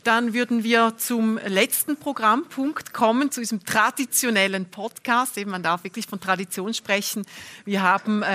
dann würden wir zum letzten Programmpunkt kommen, zu diesem traditionellen Podcast. Eben, man darf wirklich von Tradition sprechen. Wir haben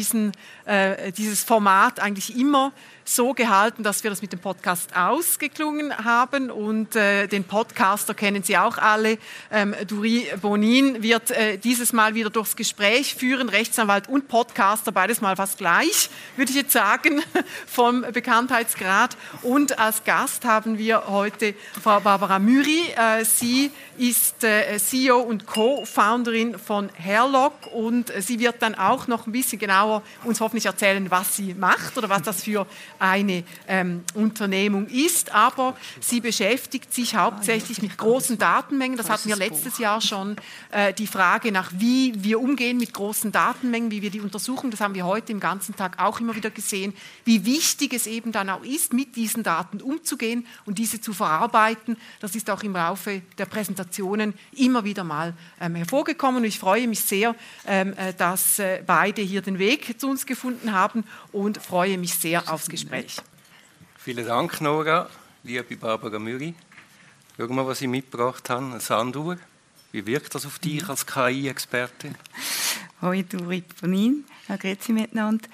dieses Format eigentlich immer so gehalten, dass wir das mit dem Podcast ausgeklungen haben und den Podcaster kennen Sie auch alle. Duri Bonin wird dieses Mal wieder durchs Gespräch führen, Rechtsanwalt und Podcaster, beides mal fast gleich, würde ich jetzt sagen, vom Bekanntheitsgrad. Und als Gast haben wir heute Frau Barbara Müri. Sie ist CEO und Co-Founderin von Hairlock und sie wird dann auch noch ein bisschen genauer uns hoffentlich erzählen, was sie macht oder was das für eine Unternehmung ist, aber sie beschäftigt sich hauptsächlich mit großen Datenmengen. Das hatten wir letztes Jahr schon, die Frage nach, wie wir umgehen mit großen Datenmengen, wie wir die untersuchen. Das haben wir heute im ganzen Tag auch immer wieder gesehen, wie wichtig es eben dann auch ist, mit diesen Daten umzugehen und diese zu verarbeiten. Das ist auch im Laufe der Präsentationen immer wieder mal hervorgekommen. Und ich freue mich sehr, dass beide hier den Weg zu uns gefunden haben und freue mich sehr aufs Gespräch. Vielen Dank, Nora, liebe Barbara Müri. Schau mal, was ich mitgebracht habe, eine Sanduhr. Wie wirkt das auf dich als KI-Expertin? Hoi, Duri Bonin, grüezi miteinander.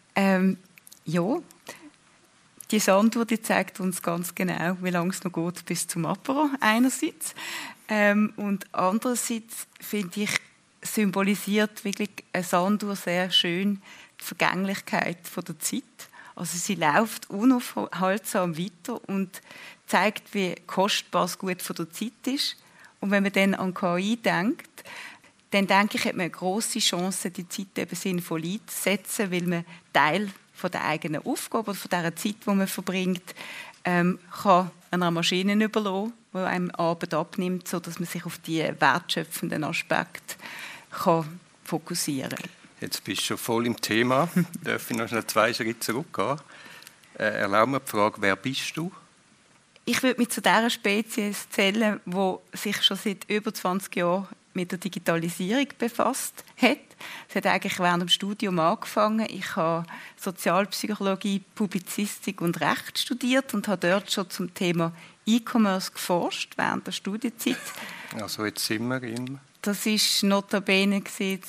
Ja, die Sanduhr die zeigt uns ganz genau, wie lange es noch geht bis zum Apéro einerseits. Und andererseits, finde ich, symbolisiert wirklich eine Sanduhr sehr schön die Vergänglichkeit der Zeit. Also sie läuft unaufhaltsam weiter und zeigt, wie kostbar das Gut von der Zeit ist. Und wenn man dann an KI denkt, dann denke ich, hat man eine grosse Chance, die Zeit eben sinnvoll einzusetzen, weil man Teil von der eigenen Aufgabe oder von dieser Zeit, die man verbringt, kann einer Maschine überlassen, die einem Arbeit abnimmt, sodass man sich auf die wertschöpfenden Aspekte fokussieren kann. Jetzt bist du schon voll im Thema. Darf ich noch schnell 2 Schritte zurückgehen? Erlaub mir die Frage, wer bist du? Ich würde mich zu dieser Spezies zählen, die sich schon seit über 20 Jahren mit der Digitalisierung befasst hat. Es hat eigentlich während dem Studium angefangen. Ich habe Sozialpsychologie, Publizistik und Recht studiert und habe dort schon zum Thema E-Commerce geforscht während der Studienzeit. Also jetzt sind wir im... Das war notabene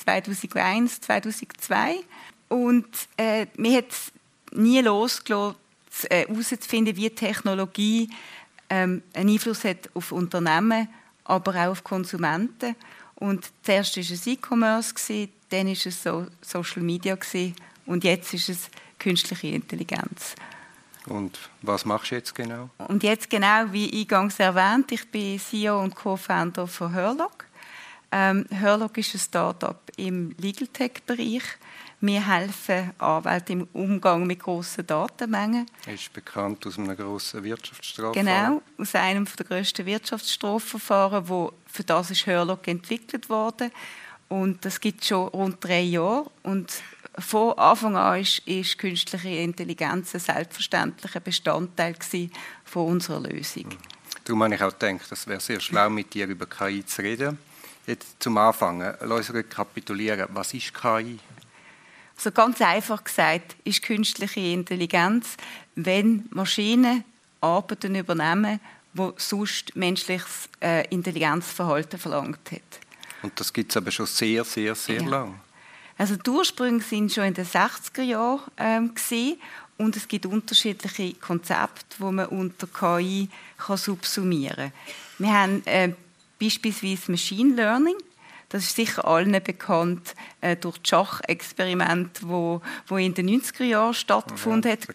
2001, 2002. Und mir hat es nie losgelassen, herauszufinden, wie Technologie einen Einfluss hat auf Unternehmen, aber auch auf Konsumenten. Und zuerst war es E-Commerce, dann war es Social Media und jetzt ist es künstliche Intelligenz. Und was machst du jetzt genau? Und jetzt genau, wie eingangs erwähnt, ich bin CEO und Co-Founder von Hairlock. Hairlock ist ein Start-up im Legal Tech-Bereich. Wir helfen Anwälten im Umgang mit grossen Datenmengen. Er ist bekannt aus einem grossen Wirtschaftsstrafverfahren. Genau, aus einem der grössten Wirtschaftsstrafverfahren, für das ist Hairlock entwickelt worden. Und das gibt es schon rund 3 Jahre. Und von Anfang an ist künstliche Intelligenz ein selbstverständlicher Bestandteil von unserer Lösung. Darum habe ich auch gedacht, es wäre sehr schlau, mit dir über KI zu reden. Jetzt zum Anfang, lass uns rekapitulieren. Was ist KI? Also ganz einfach gesagt ist künstliche Intelligenz, wenn Maschinen Arbeiten übernehmen, die sonst menschliches Intelligenzverhalten verlangt hat. Und das gibt es aber schon sehr, sehr, sehr lange. Also die Ursprünge waren schon in den 60er Jahren und es gibt unterschiedliche Konzepte, die man unter KI subsumieren kann. Wir haben beispielsweise Machine Learning. Das ist sicher allen bekannt durch die Schachexperimente, die in den 90er Jahren stattgefunden haben.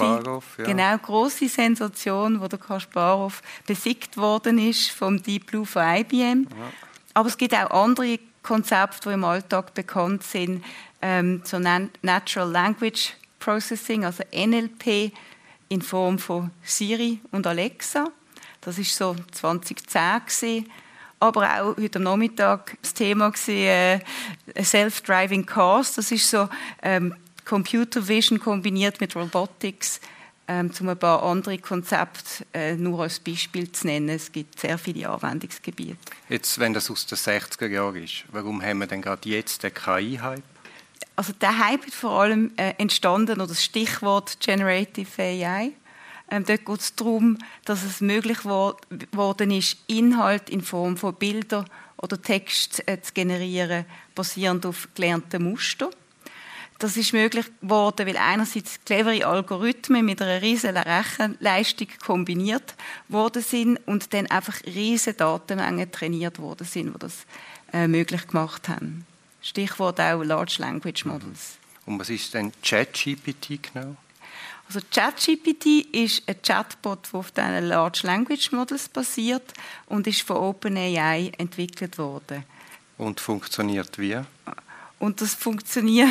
Grosse Sensation, wo der Kasparov besiegt worden ist vom Deep Blue von IBM. Ja. Aber es gibt auch andere Konzepte, die im Alltag bekannt sind, so Natural Language Processing, also NLP in Form von Siri und Alexa. Das war so 2010 gewesen. Aber auch heute am Nachmittag das Thema war Self-Driving Cars. Das ist so Computer Vision kombiniert mit Robotics, um ein paar andere Konzepte nur als Beispiel zu nennen. Es gibt sehr viele Anwendungsgebiete. Jetzt, wenn das aus den 60er Jahren ist, warum haben wir denn gerade jetzt den KI-Hype? Also der Hype ist vor allem entstanden, oder das Stichwort Generative AI. Dort geht es darum, dass es möglich geworden ist, Inhalt in Form von Bildern oder Text zu generieren, basierend auf gelernten Mustern. Das ist möglich geworden, weil einerseits clevere Algorithmen mit einer riesigen Rechenleistung kombiniert worden sind und dann einfach riesige Datenmengen trainiert worden sind, die das möglich gemacht haben. Stichwort auch Large Language Models. Und was ist denn ChatGPT genau? Also ChatGPT ist ein Chatbot, der auf diesen Large Language Models basiert und ist von OpenAI entwickelt worden. Und funktioniert wie? Und das funktioniert,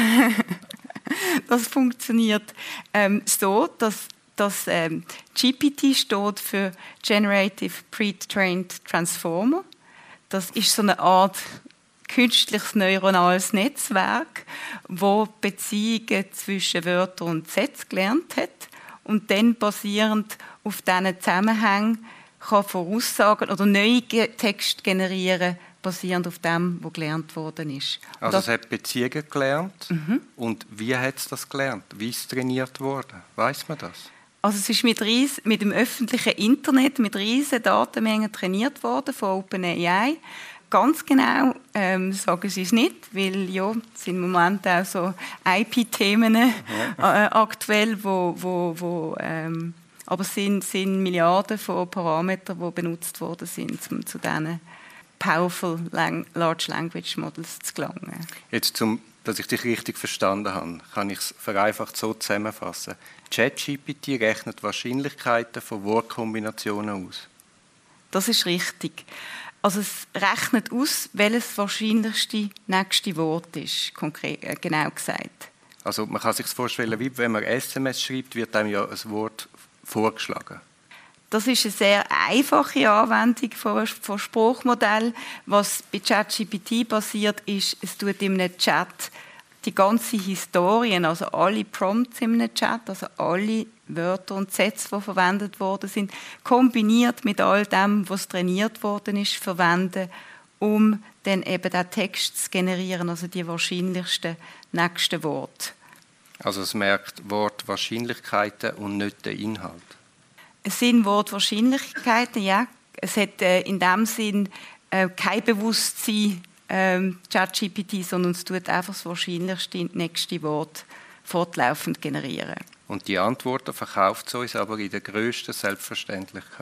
so, dass GPT steht für Generative Pre-trained Transformer. Das ist so eine Art künstliches neuronales Netzwerk, das Beziehungen zwischen Wörtern und Sätzen gelernt hat und dann basierend auf diesen Zusammenhängen kann Voraussagen oder neue Texte generieren, basierend auf dem, was gelernt worden ist. Also es hat Beziehungen gelernt. Und wie hat es das gelernt? Wie ist es trainiert worden? Weiss man das? Also es ist mit dem öffentlichen Internet mit riesigen Datenmengen trainiert worden von OpenAI. Ganz genau sagen sie es nicht, weil ja, es sind im Moment auch so IP-Themen aktuell, aber es sind Milliarden von Parametern, die benutzt worden sind, um zu diesen Powerful Large Language Models zu gelangen. Jetzt, dass ich dich richtig verstanden habe, kann ich es vereinfacht so zusammenfassen. ChatGPT rechnet Wahrscheinlichkeiten von Wortkombinationen aus. Das ist richtig. Also es rechnet aus, welches das wahrscheinlichste nächste Wort ist, konkret, genau gesagt. Also man kann sich vorstellen, wie wenn man SMS schreibt, wird einem ja ein Wort vorgeschlagen. Das ist eine sehr einfache Anwendung von Sprachmodell. Was bei ChatGPT passiert, ist, es tut in einem Chat die ganze Historien, also alle Prompts in einem Chat, also alle Wörter und Sätze, die verwendet worden sind, kombiniert mit all dem, was trainiert worden ist, verwenden, um dann eben den Text zu generieren, also die wahrscheinlichsten nächsten Worte. Also es merkt Wortwahrscheinlichkeiten und nicht den Inhalt. Es sind Wortwahrscheinlichkeiten, ja. Es hat in dem Sinn kein Bewusstsein, ChatGPT, sondern es tut einfach das wahrscheinlichste nächste Wort fortlaufend generieren. Und die Antworten verkauft es uns aber in der grössten Selbstverständlichkeit.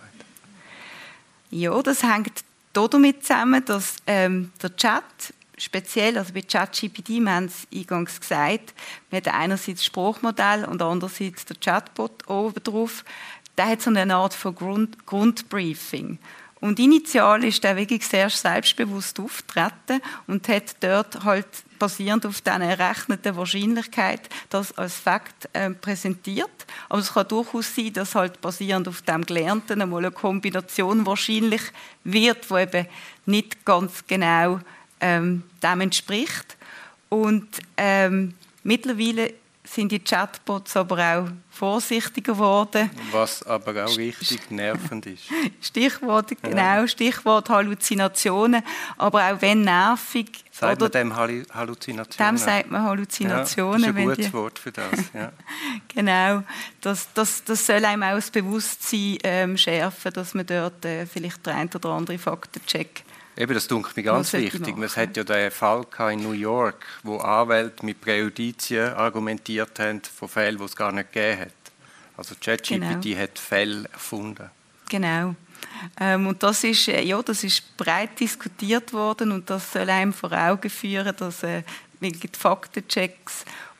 Ja, das hängt damit zusammen, dass der Chat, speziell also bei ChatGPT, wir haben es eingangs gesagt, man hat einerseits das Sprachmodell und andererseits der Chatbot oben drauf. Der hat so eine Art von Grundbriefing. Und initial ist er wirklich sehr selbstbewusst aufgetreten und hat dort halt basierend auf dieser errechneten Wahrscheinlichkeit das als Fakt präsentiert. Aber es kann durchaus sein, dass halt basierend auf dem Gelernten einmal eine Kombination wahrscheinlich wird, die eben nicht ganz genau dem entspricht. Und mittlerweile sind die Chatbots aber auch vorsichtiger geworden. Was aber auch richtig nervend ist. Stichwort Halluzinationen, aber auch wenn nervig. Sagt man dem Halluzinationen? Dem sagt man Halluzinationen. Ja, das ist ein gutes Wort für das. Ja. Genau, das soll einem auch das Bewusstsein schärfen, dass man dort vielleicht den einen oder anderen Faktencheck. Eben, das dunkelt mir ganz wichtig. Es hat ja den Fall in New York, wo Anwälte mit Präjudizien argumentiert haben von Fällen, die es gar nicht gegeben hat. Also ChatGPT hat Fälle erfunden. Genau. Und das ist breit diskutiert worden und das soll einem vor Augen führen, dass die Faktenchecks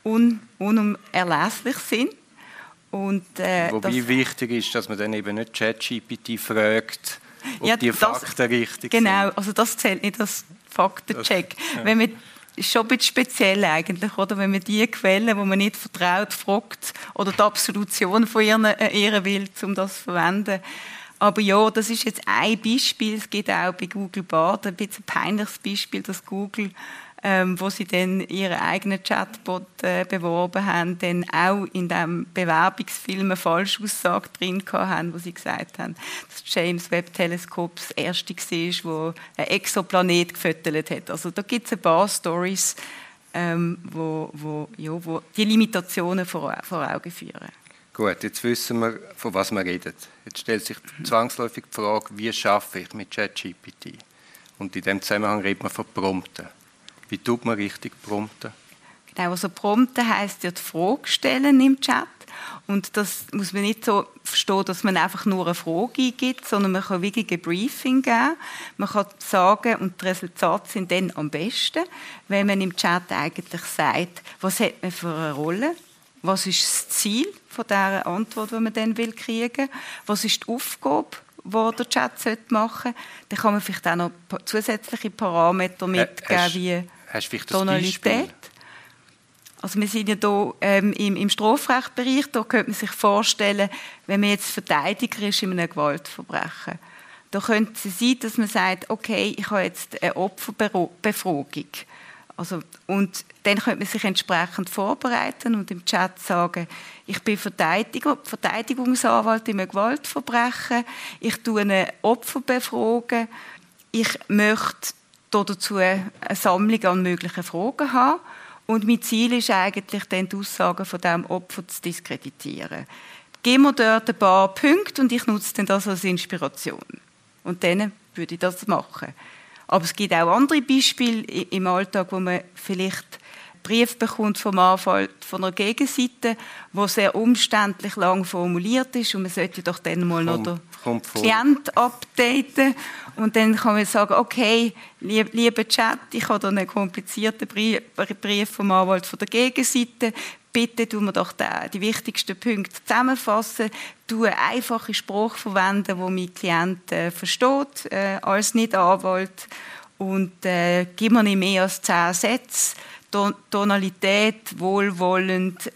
unerlässlich sind. Und, wobei wichtig ist, dass man dann eben nicht ChatGPT fragt, ob die Fakten richtig sind. Genau, also das zählt nicht als Faktencheck. Wenn man, ist schon ein bisschen speziell eigentlich, oder? Wenn man die Quellen, die man nicht vertraut, fragt oder die Absolution von ihr will, um das zu verwenden. Aber ja, das ist jetzt ein Beispiel. Es gibt auch bei Google Bard ein bisschen ein peinliches Beispiel, dass Google, wo sie dann ihren eigenen Chatbot beworben haben, dann auch in dem Bewerbungsfilm eine Falschaussage drin haben, wo sie gesagt haben, dass das James Webb Teleskop das erste war, das ein Exoplanet gefüttert hat. Also da gibt es ein paar Storys, wo die Limitationen vor Augen führen. Gut, jetzt wissen wir, von was wir reden. Jetzt stellt sich zwangsläufig die Frage, wie schaffe ich mit ChatGPT? Und in diesem Zusammenhang redet man von Prompten. Wie tut man richtig Prompten? Genau, also Prompten heisst ja die Frage stellen im Chat. Und das muss man nicht so verstehen, dass man einfach nur eine Frage eingibt, sondern man kann wirklich ein Briefing geben. Man kann sagen, und die Resultate sind dann am besten, wenn man im Chat eigentlich sagt, was hat man für eine Rolle, was ist das Ziel von dieser Antwort, die man dann kriegen will, was ist die Aufgabe, die der Chat machen sollte. Dann kann man vielleicht auch noch zusätzliche Parameter mitgeben, wie Tonalität. Also wir sind ja hier im Strafrechtbereich, da könnte man sich vorstellen, wenn man jetzt Verteidiger ist in einem Gewaltverbrechen, da könnte es sein, dass man sagt, okay, ich habe jetzt eine Opferbefragung. Also, und dann könnte man sich entsprechend vorbereiten und im Chat sagen, ich bin Verteidigungsanwalt in einem Gewaltverbrechen, ich tue eine Opfer befragen, ich möchte dazu eine Sammlung an möglichen Fragen haben. Und mein Ziel ist eigentlich, dann die Aussagen von diesem Opfer zu diskreditieren. Gib mir dort ein paar Punkte und ich nutze dann das als Inspiration. Und dann würde ich das machen. Aber es gibt auch andere Beispiele im Alltag, wo man vielleicht einen Brief bekommt vom Anwalt von einer Gegenseite, der sehr umständlich lang formuliert ist und man sollte doch dann mal noch den Klient updaten. Und dann kann man sagen, okay, lieber Chat, ich habe da einen komplizierten Brief vom Anwalt von der Gegenseite. Bitte tun wir doch die wichtigsten Punkte zusammenfassen. Du eine einfache Sprache verwenden, die mein Klient versteht, als Nicht-Anwalt. Und gib mir nicht mehr als 10 Sätze. Tonalität, wohlwollend,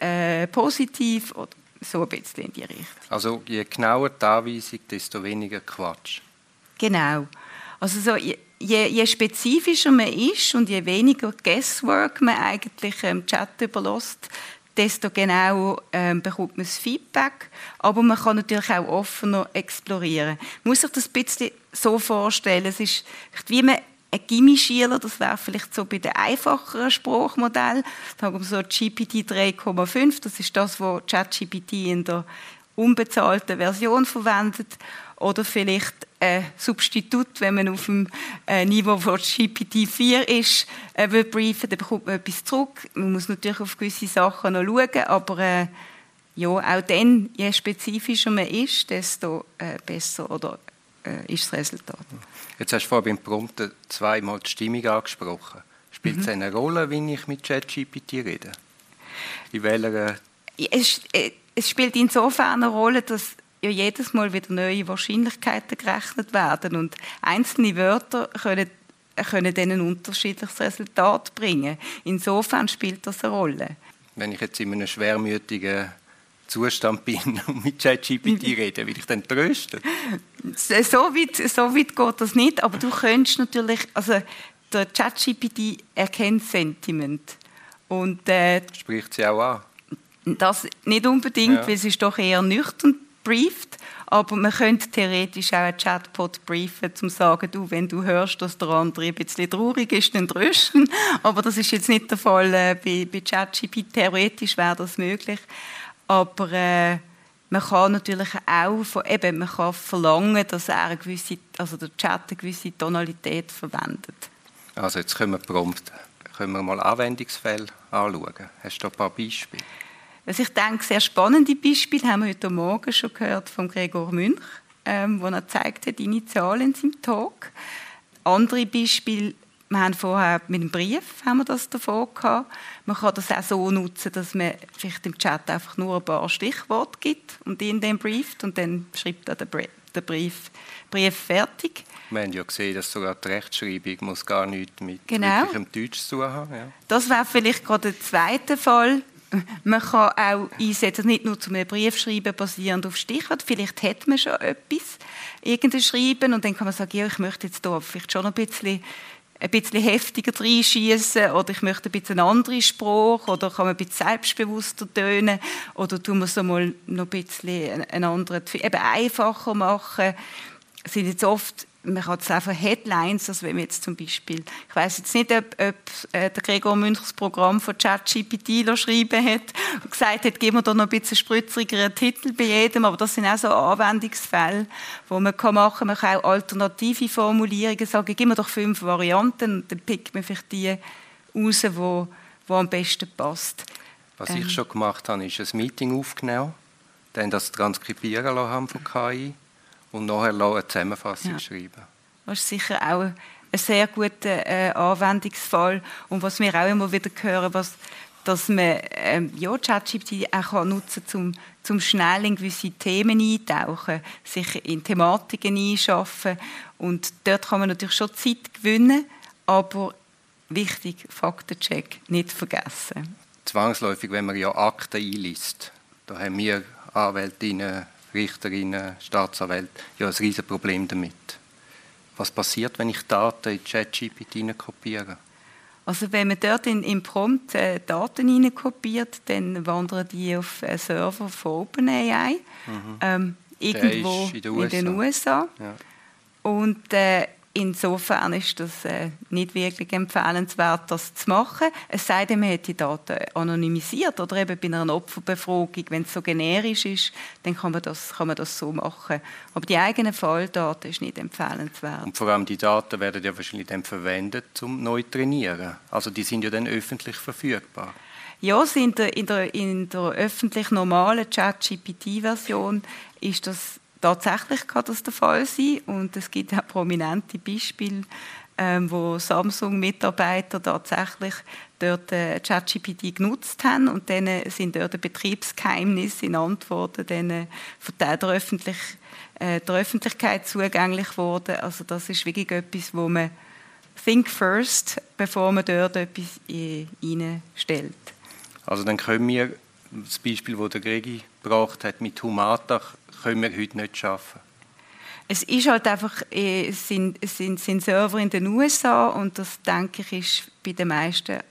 positiv oder so ein bisschen in die Richtung. Also je genauer die Anweisung, desto weniger Quatsch. Genau. Also so, je spezifischer man ist und je weniger Guesswork man eigentlich im Chat überlässt, desto genauer bekommt man das Feedback. Aber man kann natürlich auch offener explorieren. Man muss sich das ein bisschen so vorstellen, es ist wie man ein Gimmischüler, das wäre vielleicht so bei den einfacheren Sprachmodellen. Da haben wir so GPT 3,5, das ist das, was ChatGPT in der unbezahlten Version verwendet. Oder vielleicht ein Substitut, wenn man auf dem Niveau von GPT-4 ist, will briefen, dann bekommt man etwas zurück. Man muss natürlich auf gewisse Sachen noch schauen, aber ja, auch dann, je spezifischer man ist, desto besser ist das Resultat. Jetzt hast du vorhin beim Prompten zweimal die Stimmung angesprochen. Spielt es eine Rolle, wie ich mit ChatGPT rede? In welcher... Es spielt insofern eine Rolle, dass ja jedes Mal wieder neue Wahrscheinlichkeiten gerechnet werden und einzelne Wörter können dann ein unterschiedliches Resultat bringen. Insofern spielt das eine Rolle. Wenn ich jetzt in einem schwermütigen Zustand bin und mit ChatGPT rede, will ich dann trösten? So weit geht das nicht, aber du könntest natürlich, also der ChatGPT erkennt Sentiment. Und, spricht sie auch an? Das nicht unbedingt, ja. Weil es ist doch eher nüchtern brieft, aber man könnte theoretisch auch einen Chatbot briefen, um zu sagen, du, wenn du hörst, dass der andere ein bisschen traurig ist, dann trösten. Aber das ist jetzt nicht der Fall bei ChatGPT. Theoretisch wäre das möglich. Aber man kann natürlich auch man kann verlangen, dass der Chat eine gewisse Tonalität verwendet. Also jetzt können wir mal Anwendungsfälle anschauen. Hast du ein paar Beispiele? Also ich denke, sehr spannende Beispiele haben wir heute Morgen schon gehört von Gregor Münch, wo er gezeigt hat, Initialen in seinem Talk. Andere Beispiele, wir haben vorher mit dem Brief haben wir das davor gehabt. Man kann das auch so nutzen, dass man vielleicht im Chat einfach nur ein paar Stichworte gibt und ihn dann brieft und dann schreibt er den Brief fertig. Wir haben ja gesehen, dass sogar die Rechtschreibung muss gar nichts mit wirklichem Deutsch zu tun haben. Ja. Das wäre vielleicht gerade der zweite Fall. Man kann auch einsetzen, nicht nur zum Brief schreiben, basierend auf Stichwort. Vielleicht hat man schon etwas, irgendein Schreiben, und dann kann man sagen, ja, ich möchte jetzt da vielleicht schon ein bisschen heftiger reinschießen oder ich möchte ein bisschen eine andere Sprache oder kann man ein bisschen selbstbewusster tönen oder tun wir es mal noch ein bisschen einen anderen, eben einfacher machen. sind jetzt oft, man hat jetzt einfach Headlines, also wenn wir jetzt zum Beispiel, ich weiss jetzt nicht, ob der Gregor Münch das Programm von ChatGPT geschrieben hat und gesagt hat, geben wir da noch ein bisschen spritzigeren Titel bei jedem, aber das sind auch so Anwendungsfälle, wo man machen kann. Man kann auch alternative Formulierungen sagen, gib mir doch 5 Varianten und dann pickt man vielleicht die raus, die am besten passt. Was ich schon gemacht habe, ist ein Meeting aufgenommen, dann das transkribieren lassen von KI und nachher eine Zusammenfassung schreiben. Das ist sicher auch ein sehr guter Anwendungsfall. Und was wir auch immer wieder hören, dass man ChatGPT auch nutzen kann, um schnell in gewisse Themen eintauchen, sich in Thematiken einschaffen. Und dort kann man natürlich schon Zeit gewinnen, aber wichtig, Faktencheck nicht vergessen. Zwangsläufig, wenn man ja Akten einliest, da haben wir Anwältinnen, Richterinnen, Staatsanwälte ja ein riesiges Problem damit. Was passiert, wenn ich Daten in ChatGPT kopiere? Also wenn man dort im Prompt Daten hineinkopiert, dann wandern die auf einen Server von OpenAI, irgendwo in den USA. Ja. Und insofern ist das nicht wirklich empfehlenswert, das zu machen. Es sei denn, man hat die Daten anonymisiert oder eben bei einer Opferbefragung, wenn es so generisch ist, dann kann man das so machen. Aber die eigenen Falldaten ist nicht empfehlenswert. Und vor allem die Daten werden ja wahrscheinlich dann verwendet, um neu zu trainieren. Also die sind ja dann öffentlich verfügbar. Ja, in der öffentlich normalen ChatGPT-Version ist das tatsächlich kann das der Fall sein und es gibt auch prominente Beispiele, wo Samsung-Mitarbeiter tatsächlich dort ChatGPT genutzt haben und dann sind dort Betriebsgeheimnisse in Antworten dann der Öffentlichkeit zugänglich worden. Also das ist wirklich etwas, wo man think first, bevor man dort etwas reinstellt. Also dann können wir das Beispiel, das der Gregi gebracht hat mit Humata, können wir heute nicht schaffen. Es ist halt einfach, es sind Server in den USA und das, denke ich, ist bei den meisten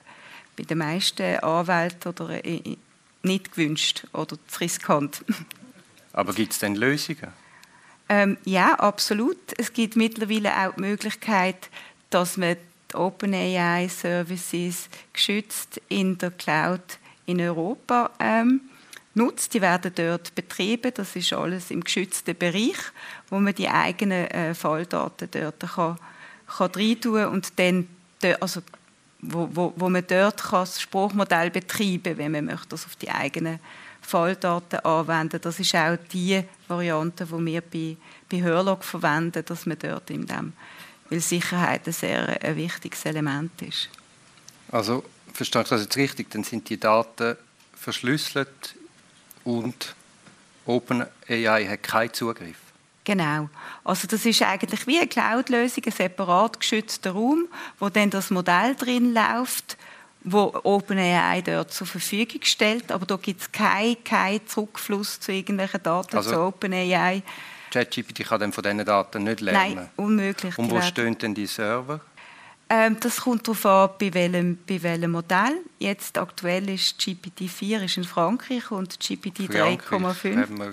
Anwälten oder nicht gewünscht oder zu riskant. Aber gibt es denn Lösungen? Ja, absolut. Es gibt mittlerweile auch die Möglichkeit, dass man die OpenAI-Services geschützt in der Cloud in Europa nutzt. Die werden dort betrieben. Das ist alles im geschützten Bereich, wo man die eigenen Falldaten dort kann reintun kann und dann, also, wo man dort kann das Sprachmodell betreiben kann, wenn man möchte, das auf die eigenen Falldaten anwenden. Das ist auch die Variante, die wir bei Hörlog verwenden, dass man dort weil Sicherheit ein sehr wichtiges Element ist. Also, verstehe ich das jetzt richtig? Dann sind die Daten verschlüsselt und OpenAI hat keinen Zugriff. Genau. Also das ist eigentlich wie eine Cloud-Lösung, ein separat geschützter Raum, wo dann das Modell drin läuft, wo OpenAI dort zur Verfügung stellt. Aber da gibt es keinen Zurückfluss zu irgendwelchen Daten zu OpenAI. ChatGPT kann dann von diesen Daten nicht lernen? Nein, unmöglich. Und wo stehen denn die Server? Das kommt darauf an, bei welchem Modell. Jetzt aktuell ist GPT-4 ist in Frankreich und GPT 3,5.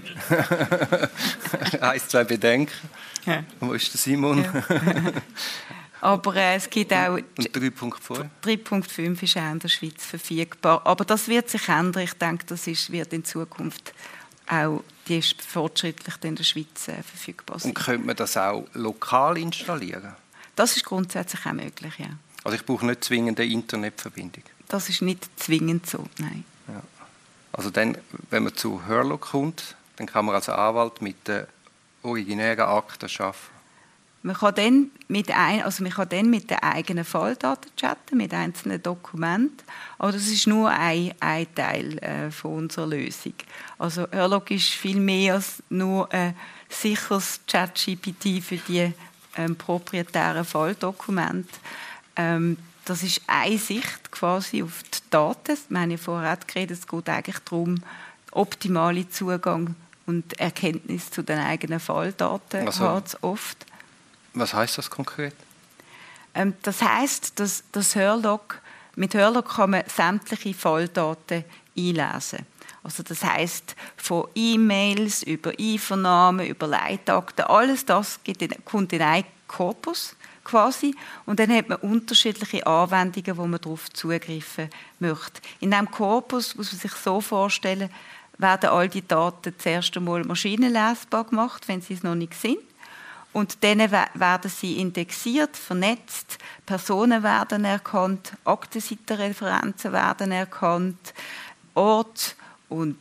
1, 2 Bedenken. Ja. Wo ist der Simon? Ja. Aber es gibt auch... Und 3.5? 3.5 ist auch in der Schweiz verfügbar. Aber das wird sich ändern. Ich denke, wird in Zukunft auch die ist fortschrittlich in der Schweiz verfügbar sein. Und könnte man das auch lokal installieren? Das ist grundsätzlich auch möglich, ja. Also ich brauche nicht zwingend eine Internetverbindung? Das ist nicht zwingend so, nein. Ja. Also dann, wenn man zu Hörlog kommt, dann kann man als Anwalt mit den originären Akten arbeiten? Man kann dann mit den eigenen Falldaten chatten, mit einzelnen Dokumenten, aber das ist nur ein Teil von unserer Lösung. Also Hörlog ist viel mehr als nur ein sicheres ChatGPT für die proprietären Falldokumente. Das ist eine Sicht quasi auf die Daten. Wir haben ja vorher geredet, es geht eigentlich darum, optimale Zugang und Erkenntnis zu den eigenen Falldaten hat es oft. Was heisst das konkret? Das heisst, dass mit Hörlog kann man sämtliche Falldaten einlesen. Also das heisst, von E-Mails über Einvernahmen, über Leitakten, alles das kommt in einen Korpus quasi. Und dann hat man unterschiedliche Anwendungen, wo man darauf zugreifen möchte. In diesem Korpus muss man sich so vorstellen, werden all die Daten zuerst einmal maschinenlesbar gemacht, wenn sie es noch nicht sind. Und dann werden sie indexiert, vernetzt, Personen werden erkannt, Aktenseitenreferenzen werden erkannt, Ort und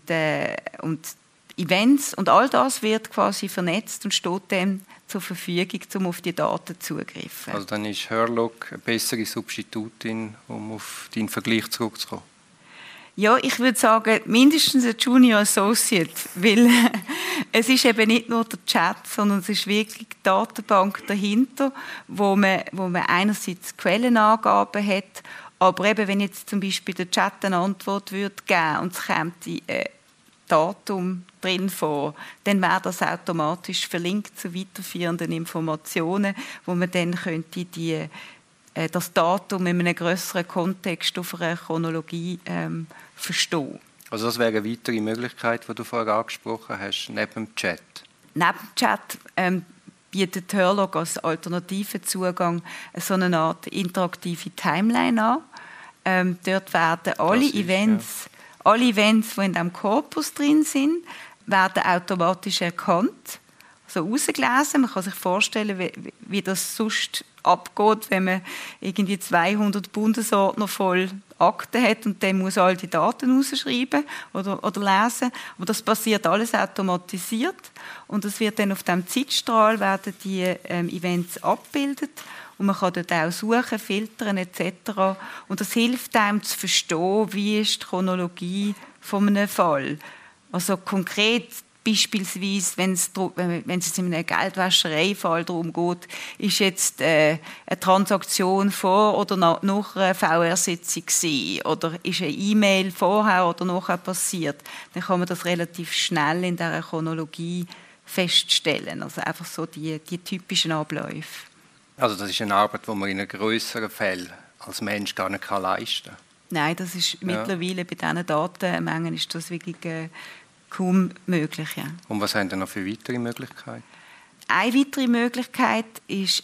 Events und all das wird quasi vernetzt und steht dann zur Verfügung, um auf die Daten zuzugreifen. Also dann ist Herlog eine bessere Substitutin, um auf deinen Vergleich zurückzukommen? Ja, ich würde sagen, mindestens ein Junior Associate, weil es ist eben nicht nur der Chat, sondern es ist wirklich die Datenbank dahinter, wo man einerseits Quellenangaben hat, aber eben, wenn jetzt zum Beispiel der Chat eine Antwort würde geben und es käme Datum drin vor, dann wäre das automatisch verlinkt zu weiterführenden Informationen, wo man dann könnte das Datum in einem grösseren Kontext auf einer Chronologie verstehen. Also das wäre eine weitere Möglichkeit, die du vorher angesprochen hast, neben dem Chat? Neben dem Chat bietet Herlog als alternativen Zugang so eine Art interaktive Timeline an. Dort werden alle Events, die in diesem Korpus drin sind, werden automatisch erkannt, also rausgelesen. Man kann sich vorstellen, wie das sonst abgeht, wenn man irgendwie 200 Bundesordner voll Akten hat und dann muss all die Daten rausschreiben oder lesen. Aber das passiert alles automatisiert und es wird dann auf dem Zeitstrahl werden die Events abgebildet und man kann dort auch suchen, filtern etc. Und das hilft einem zu verstehen, wie ist die Chronologie von einem Fall. Also konkret beispielsweise, wenn es in einem Geldwäschereifall darum geht, ist jetzt eine Transaktion vor oder nach einer VR-Sitzung gewesen, oder ist eine E-Mail vorher oder nachher passiert, dann kann man das relativ schnell in dieser Chronologie feststellen. Also einfach so die typischen Abläufe. Also das ist eine Arbeit, die man in einem grösseren Fällen als Mensch gar nicht leisten kann? Nein, das ist mittlerweile bei diesen Datenmengen ist das wirklich kaum möglich. Ja. Und was haben denn noch für weitere Möglichkeiten? Eine weitere Möglichkeit ist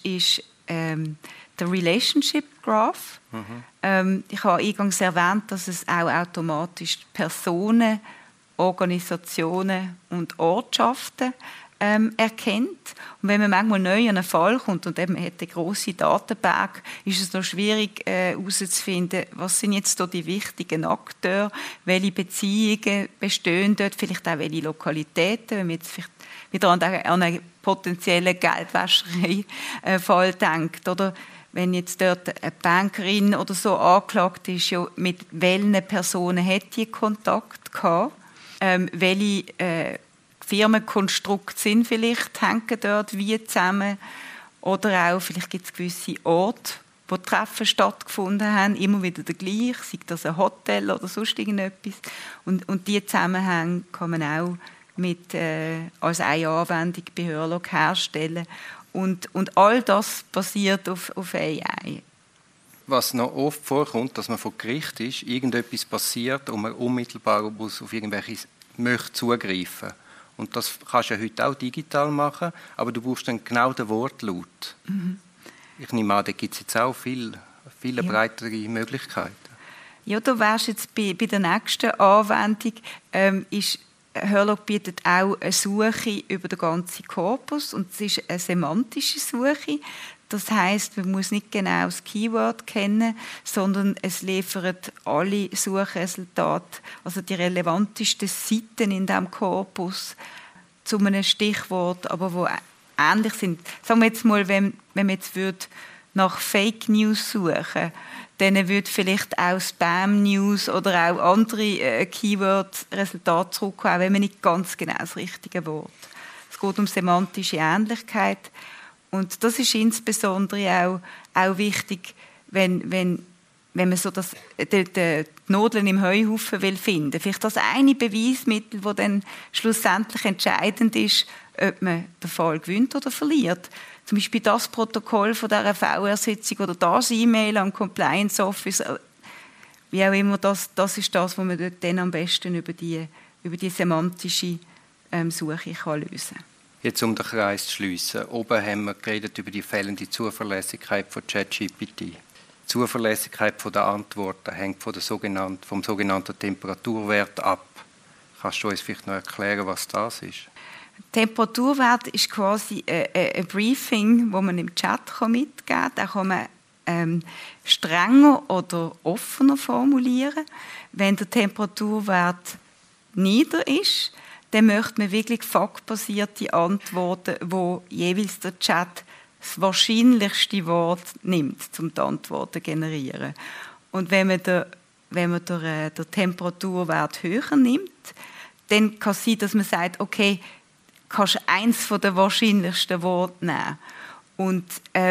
der Relationship Graph. Ich habe eingangs erwähnt, dass es auch automatisch Personen, Organisationen und Ortschaften erkennt. Und wenn man manchmal neu an einen Fall kommt und eben hat eine grosse Datenbank, ist es noch schwierig herauszufinden, was sind jetzt da die wichtigen Akteure, welche Beziehungen bestehen dort, vielleicht auch welche Lokalitäten, wenn man jetzt vielleicht wieder an einen potenziellen Geldwäscherei-Fall denkt, oder wenn jetzt dort eine Bankerin oder so angeklagt ist, ja, mit welchen Personen hat die Kontakt gehabt, welche Firmenkonstrukte sind vielleicht, hängen dort wie zusammen. Oder auch, vielleicht gibt es gewisse Orte, wo Treffen stattgefunden haben, immer wieder der gleiche, sei das ein Hotel oder sonst irgendetwas. Und diese Zusammenhänge kann man auch als eine Anwendung bei Herlog herstellen. Und all das basiert auf AI. Was noch oft vorkommt, dass man vor Gericht ist, irgendetwas passiert und man unmittelbar muss auf irgendwelche möchte zugreifen. Und das kannst du ja heute auch digital machen, aber du brauchst dann genau den Wortlaut. Ich nehme an, da gibt es jetzt auch viele breitere Möglichkeiten. Ja, da wärst jetzt bei der nächsten Anwendung. Herlog bietet auch eine Suche über den ganzen Korpus und es ist eine semantische Suche. Das heisst, man muss nicht genau das Keyword kennen, sondern es liefert alle Suchresultate, also die relevantesten Seiten in diesem Korpus zu einem Stichwort, aber wo ähnlich sind. Sagen wir jetzt mal, wenn man jetzt nach Fake News suchen, dann würde vielleicht auch Spam News oder auch andere Keyword-Resultate zurückkommen, auch wenn man nicht ganz genau das richtige Wort. Es geht um semantische Ähnlichkeit. Und das ist insbesondere auch wichtig, wenn man so die Nadeln im Heuhaufen will finden. Vielleicht das eine Beweismittel, das dann schlussendlich entscheidend ist, ob man den Fall gewinnt oder verliert. Zum Beispiel das Protokoll von dieser VR-Sitzung oder das E-Mail am Compliance Office, wie auch immer, das ist das, was man dort dann am besten über die semantische Suche kann lösen kann. Jetzt, um den Kreis zu schliessen. Oben haben wir geredet über die fehlende Zuverlässigkeit von ChatGPT. Die Zuverlässigkeit der Antworten hängt vom sogenannten Temperaturwert ab. Kannst du uns vielleicht noch erklären, was das ist? Temperaturwert ist quasi ein Briefing, das man im Chat mitgeben kann. Da kann man strenger oder offener formulieren. Wenn der Temperaturwert nieder ist, dann möchte man wirklich faktbasierte Antworten, wo jeweils der Chat das wahrscheinlichste Wort nimmt, um die Antworten zu generieren. Und wenn man den Temperaturwert höher nimmt, dann kann es sein, dass man sagt, okay, kannst du eins der wahrscheinlichsten Worte nehmen. Und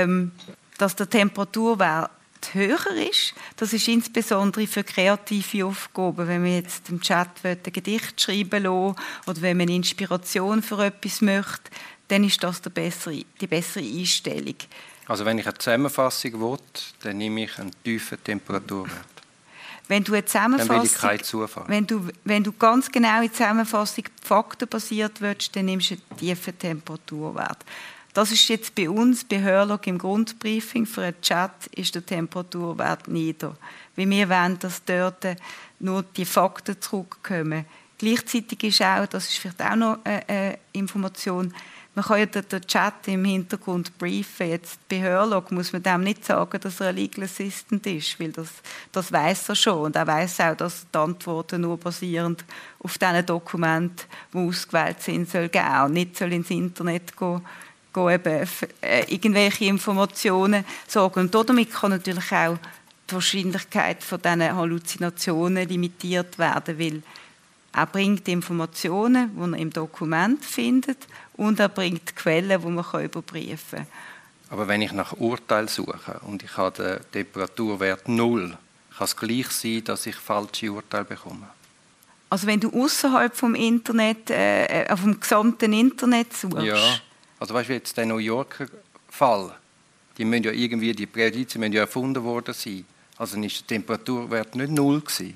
dass der Temperaturwert höher ist, das ist insbesondere für kreative Aufgaben, wenn man jetzt im Chat ein Gedicht schreiben will oder wenn man Inspiration für etwas möchte, dann ist das die bessere Einstellung. Also wenn ich eine Zusammenfassung will, dann nehme ich einen tiefen Temperaturwert. Wenn du eine Zusammenfassung, dann will ich keinen Zufall. Wenn du ganz genau in die Zusammenfassung faktenbasiert willst, dann nimmst du einen tiefen Temperaturwert. Das ist jetzt bei uns, bei Hörlog im Grundbriefing, für einen Chat ist der Temperaturwert nieder. Weil wir wollen, dass dort nur die Fakten zurückkommen. Gleichzeitig ist auch, das ist vielleicht auch noch eine Information, man kann ja den Chat im Hintergrund briefen. Jetzt bei Hörlog muss man dem nicht sagen, dass er ein Legal Assistant ist, weil das weiss er schon. Und er weiss auch, dass die Antworten nur basierend auf diesen Dokumenten, die ausgewählt sind, soll geben und nicht soll ins Internet gehen eben irgendwelche Informationen sorgen. Und damit kann natürlich auch die Wahrscheinlichkeit von diesen Halluzinationen limitiert werden, weil er bringt Informationen, die er im Dokument findet, und er bringt Quellen, die man überprüfen kann. Aber wenn ich nach Urteil suche und ich habe den Temperaturwert 0, kann es gleich sein, dass ich falsche Urteile bekomme? Also wenn du außerhalb vom Internet, vom gesamten Internet suchst? Ja, also weißt du, jetzt der New Yorker Fall, die müssen ja irgendwie, die Präjudizien müssen ja erfunden worden sein. Also dann ist der Temperaturwert nicht 0 gewesen.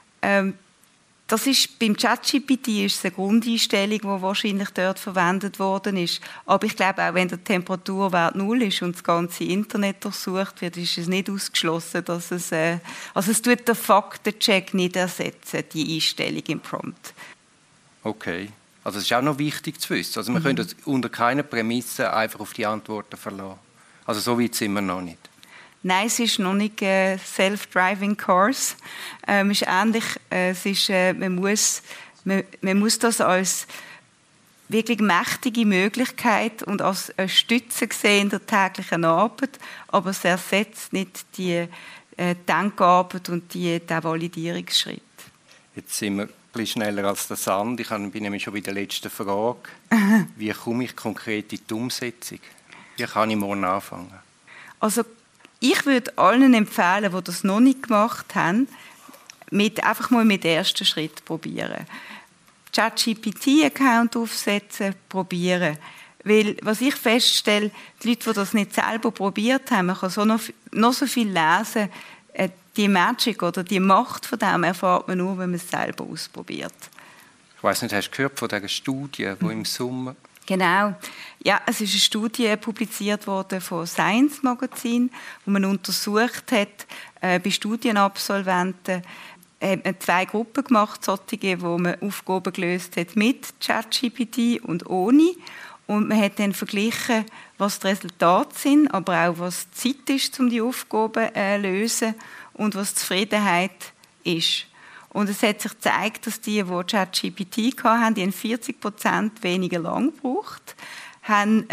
Das ist, beim ChatGPT ist es eine Grundeinstellung, die wahrscheinlich dort verwendet worden ist. Aber ich glaube, auch wenn der Temperaturwert 0 ist und das ganze Internet durchsucht wird, ist es nicht ausgeschlossen, dass es... also es tut den Faktencheck nicht ersetzen, die Einstellung im Prompt. Okay. Also es ist auch noch wichtig zu wissen. Also wir können uns unter keiner Prämisse einfach auf die Antworten verlassen. Also so weit sind wir noch nicht. Nein, es ist noch nicht Self-Driving Cars. Es ist ähnlich. Es ist, man muss das als wirklich mächtige Möglichkeit und als eine Stütze sehen in der täglichen Arbeit, aber es ersetzt nicht die Denkarbeit und den Validierungsschritt. Jetzt sind wir ein bisschen schneller als der Sand. Ich bin nämlich schon bei der letzten Frage. Wie komme ich konkret in die Umsetzung? Wie kann ich morgen anfangen? Also ich würde allen empfehlen, die das noch nicht gemacht haben, einfach mal mit dem ersten Schritt probieren. ChatGPT-Account aufsetzen, probieren. Weil, was ich feststelle, die Leute, die das nicht selber probiert haben, man kann noch so viel lesen, die Magic oder die Macht von dem erfährt man nur, wenn man es selber ausprobiert. Ich weiss nicht, hast du gehört von dieser Studie, die im Sommer... Genau. Ja, es ist eine Studie publiziert worden von Science Magazine, wo man untersucht hat, bei Studienabsolventen, hat man 2 Gruppen gemacht, solche, wo man Aufgaben gelöst hat mit ChatGPT und ohne. Und man hat dann verglichen, was die Resultate sind, aber auch was die Zeit ist, um die Aufgaben zu lösen und was die Zufriedenheit ist. Und es hat sich gezeigt, dass die ChatGPT hatten, die haben 40% weniger lang gebraucht, haben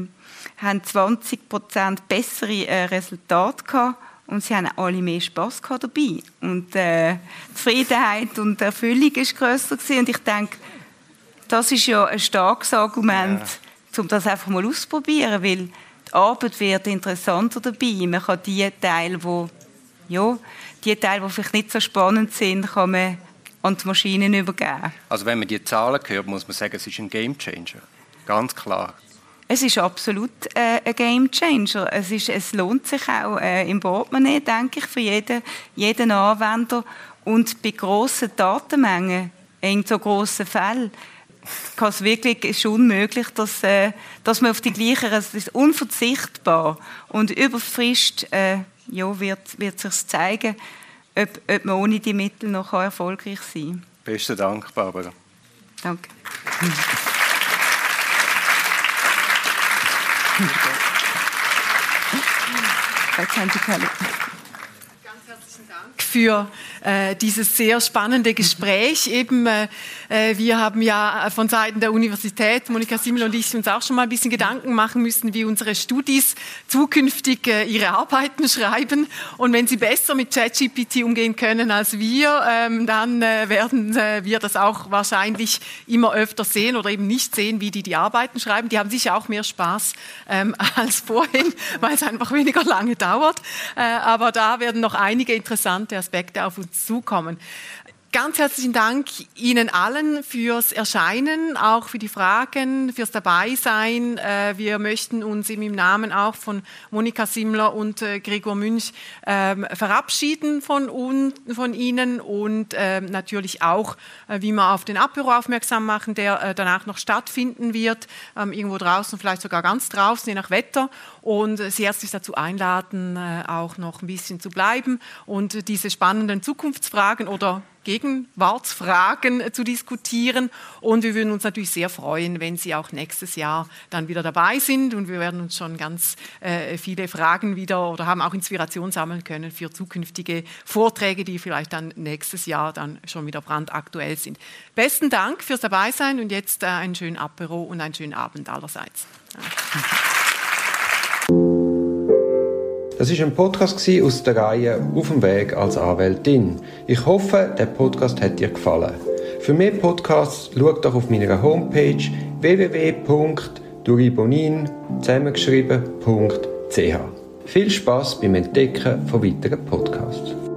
20% bessere Resultate gehabt und sie haben alle mehr Spass gehabt dabei. Und Zufriedenheit und Erfüllung war grösser gewesen. Und ich denke, das ist ja ein starkes Argument, um das einfach mal auszuprobieren, weil die Arbeit wird interessanter dabei. Man kann die Teile, die vielleicht nicht so spannend sind, kann man an die Maschinen übergeben. Also wenn man die Zahlen hört, muss man sagen, es ist ein Gamechanger. Ganz klar. Es ist absolut ein Gamechanger. Es lohnt sich auch im Portemonnaie, denke ich, für jeden Anwender. Und bei grossen Datenmengen in so grossen Fällen ist unmöglich, dass man auf die gleiche, es ist unverzichtbar. Und über die Frist wird sich zeigen, ob man ohne die Mittel noch erfolgreich sein kann. Besten Dank, Barbara. Danke. Für dieses sehr spannende Gespräch. Eben, wir haben ja von Seiten der Universität, Monika Simmel und ich, uns auch schon mal ein bisschen Gedanken machen müssen, wie unsere Studis zukünftig ihre Arbeiten schreiben. Und wenn sie besser mit ChatGPT umgehen können als wir, dann werden wir das auch wahrscheinlich immer öfter sehen oder eben nicht sehen, wie die Arbeiten schreiben. Die haben sicher auch mehr Spaß als vorhin, weil es einfach weniger lange dauert. Aber da werden noch einige interessante Aspekte auf uns zukommen. Ganz herzlichen Dank Ihnen allen fürs Erscheinen, auch für die Fragen, fürs Dabeisein. Wir möchten uns im Namen auch von Monika Simmler und Gregor Münch verabschieden von Ihnen und natürlich auch, wie wir auf den Apéro aufmerksam machen, der danach noch stattfinden wird, irgendwo draußen, vielleicht sogar ganz draußen, je nach Wetter. Und Sie herzlich dazu einladen, auch noch ein bisschen zu bleiben und diese spannenden Zukunftsfragen oder Gegenwartsfragen zu diskutieren. Und wir würden uns natürlich sehr freuen, wenn Sie auch nächstes Jahr dann wieder dabei sind. Und wir werden uns schon ganz viele Fragen wieder oder haben auch Inspiration sammeln können für zukünftige Vorträge, die vielleicht dann nächstes Jahr dann schon wieder brandaktuell sind. Besten Dank fürs Dabeisein und jetzt einen schönen Apéro und einen schönen Abend allerseits. Das war ein Podcast aus der Reihe «Auf dem Weg als Anwältin». Ich hoffe, der Podcast hat dir gefallen. Für mehr Podcasts schau doch auf meiner Homepage www.duribonin zusammengeschrieben.ch. Viel Spass beim Entdecken von weiteren Podcasts.